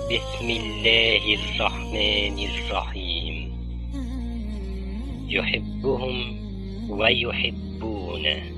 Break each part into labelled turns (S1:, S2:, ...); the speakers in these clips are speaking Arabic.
S1: بسم الله الرحمن الرحيم. يحبهم ويحبونه.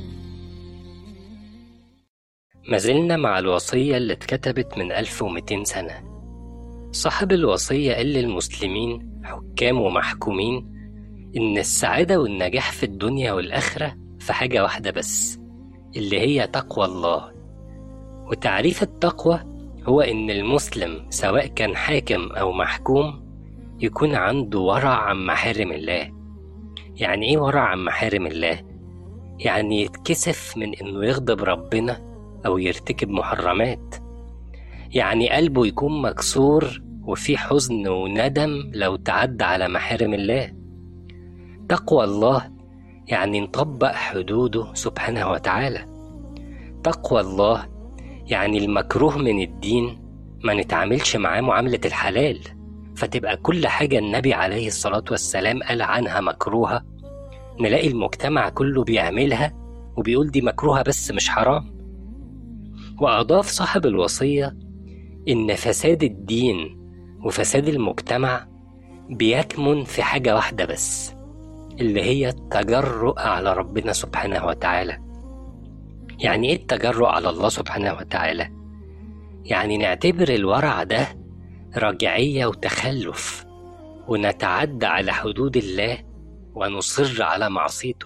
S1: ما زلنا مع الوصية اللي اتكتبت من 1200 سنة. صاحب الوصية قال للمسلمين حكام ومحكومين إن السعادة والنجاح في الدنيا والآخرة في حاجة واحدة بس، اللي هي تقوى الله. وتعريف التقوى هو إن المسلم سواء كان حاكم أو محكوم يكون عنده ورع عن محارم الله. يعني إيه ورع عن محارم الله؟ يعني يتكسف من إنه يغضب ربنا أو يرتكب محرمات. يعني قلبه يكون مكسور وفي حزن وندم لو تعدى على محارم الله. تقوى الله يعني نطبق حدوده سبحانه وتعالى. تقوى الله يعني المكروه من الدين ما نتعاملش معاه معاملة الحلال، فتبقى كل حاجة النبي عليه الصلاة والسلام قال عنها مكروهة نلاقي المجتمع كله بيعملها وبيقول دي مكروهة بس مش حرام. وأضاف صاحب الوصية إن فساد الدين وفساد المجتمع بيكمن في حاجة واحدة بس، اللي هي التجرؤ على ربنا سبحانه وتعالى. يعني إيه التجرؤ على الله سبحانه وتعالى؟ يعني نعتبر الورع ده رجعية وتخلف، ونتعدى على حدود الله ونصر على معصيته.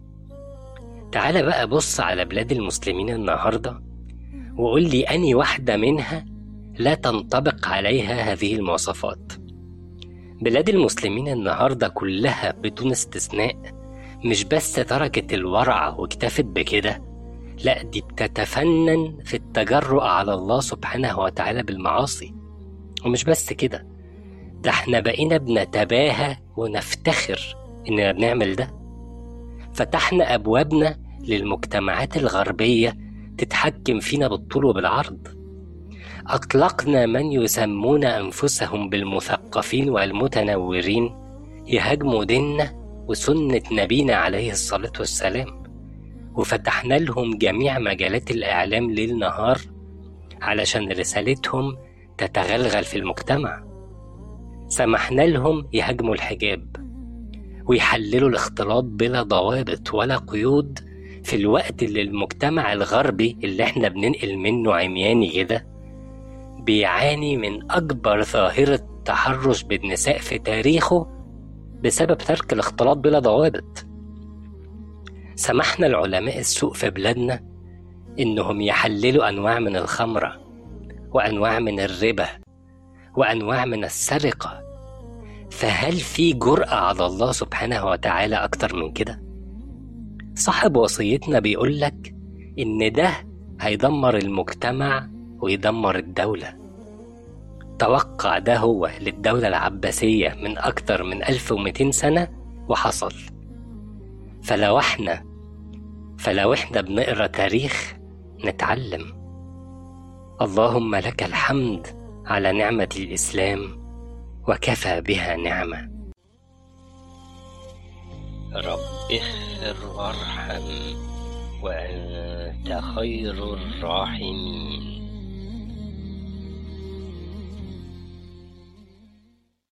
S1: تعال بقى بص على بلاد المسلمين النهاردة وقول لي أني واحدة منها لا تنطبق عليها هذه المواصفات. بلاد المسلمين النهاردة كلها بدون استثناء مش بس تركت الورع واكتفت بكده، لا دي بتتفنن في التجرؤ على الله سبحانه وتعالى بالمعاصي. ومش بس كده، ده احنا بقينا بنتباهى ونفتخر اننا بنعمل ده. فتحنا ابوابنا للمجتمعات الغربية تتحكم فينا بالطول وبالعرض. اطلقنا من يسمون انفسهم بالمثقفين والمتنورين يهاجموا ديننا وسنة نبينا عليه الصلاة والسلام، وفتحنا لهم جميع مجالات الإعلام ليل نهار علشان رسالتهم تتغلغل في المجتمع. سمحنا لهم يهاجموا الحجاب ويحللوا الاختلاط بلا ضوابط ولا قيود، في الوقت اللي المجتمع الغربي اللي احنا بننقل منه عمياني كده بيعاني من أكبر ظاهرة تحرش بالنساء في تاريخه بسبب ترك الاختلاط بلا ضوابط. سمحنا العلماء السوء في بلادنا إنهم يحللوا أنواع من الخمرة وأنواع من الربا وأنواع من السرقة. فهل في جرأة على الله سبحانه وتعالى أكتر من كده؟ صاحب وصيتنا بيقولك إن ده هيدمر المجتمع ويدمر الدولة. توقع ده هو للدولة العباسية من أكتر من 1200 سنة وحصل. فلو احنا بنقرأ تاريخ نتعلم. اللهم لك الحمد على نعمة الإسلام وكفى بها نعمة. رب اغفر وارحم وأنت خير الراحمين.